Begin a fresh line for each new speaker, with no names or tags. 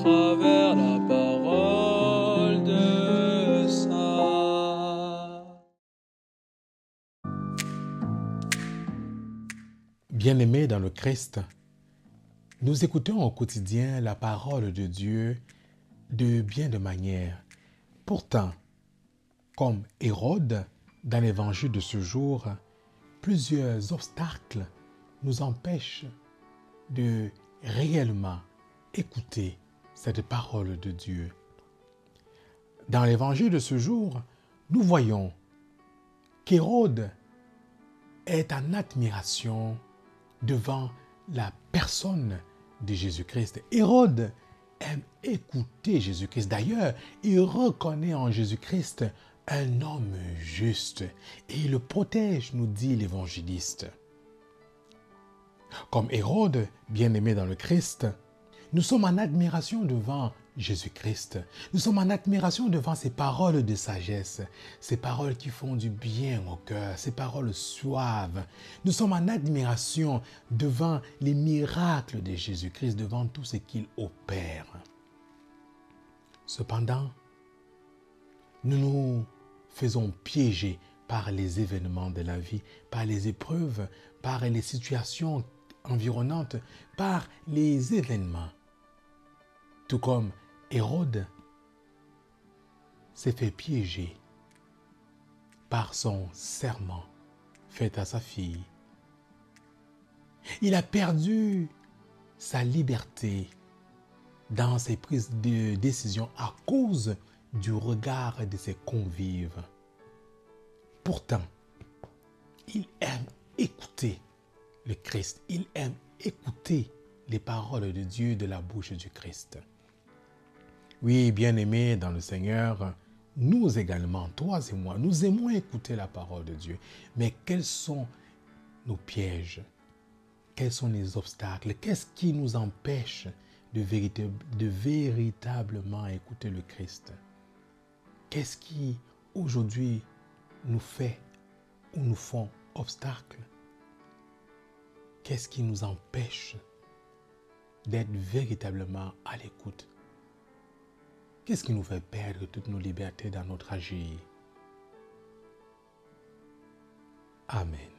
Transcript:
travers la parole de ça.
Bien-aimés dans le Christ, nous écoutons au quotidien la parole de Dieu de bien de manières. Pourtant, comme Hérode, dans l'évangile de ce jour, plusieurs obstacles nous empêchent de réellement écouter cette parole de Dieu. Dans l'évangile de ce jour, nous voyons qu'Hérode est en admiration devant la personne de Jésus-Christ. Hérode aime écouter Jésus-Christ. D'ailleurs, il reconnaît en Jésus-Christ un homme juste et il le protège, nous dit l'évangéliste. Comme Hérode, bien-aimé dans le Christ, nous sommes en admiration devant Jésus-Christ. Nous sommes en admiration devant ces paroles de sagesse, ces paroles qui font du bien au cœur, ces paroles suaves. Nous sommes en admiration devant les miracles de Jésus-Christ, devant tout ce qu'il opère. Cependant, nous nous faisons piéger par les événements de la vie, par les épreuves, par les situations environnantes, par les événements. Tout comme Hérode s'est fait piéger par son serment fait à sa fille. Il a perdu sa liberté dans ses prises de décision à cause du regard de ses convives. Pourtant, il aime écouter le Christ. Il aime écouter les paroles de Dieu de la bouche du Christ. Oui, bien-aimés dans le Seigneur, nous également, toi et moi, nous aimons écouter la parole de Dieu. Mais quels sont nos pièges? Quels sont les obstacles? Qu'est-ce qui nous empêche de véritablement écouter le Christ? Qu'est-ce qui, aujourd'hui, nous fait ou nous font obstacle? Qu'est-ce qui nous empêche d'être véritablement à l'écoute? Qu'est-ce qui nous fait perdre toutes nos libertés dans notre agir? Amen.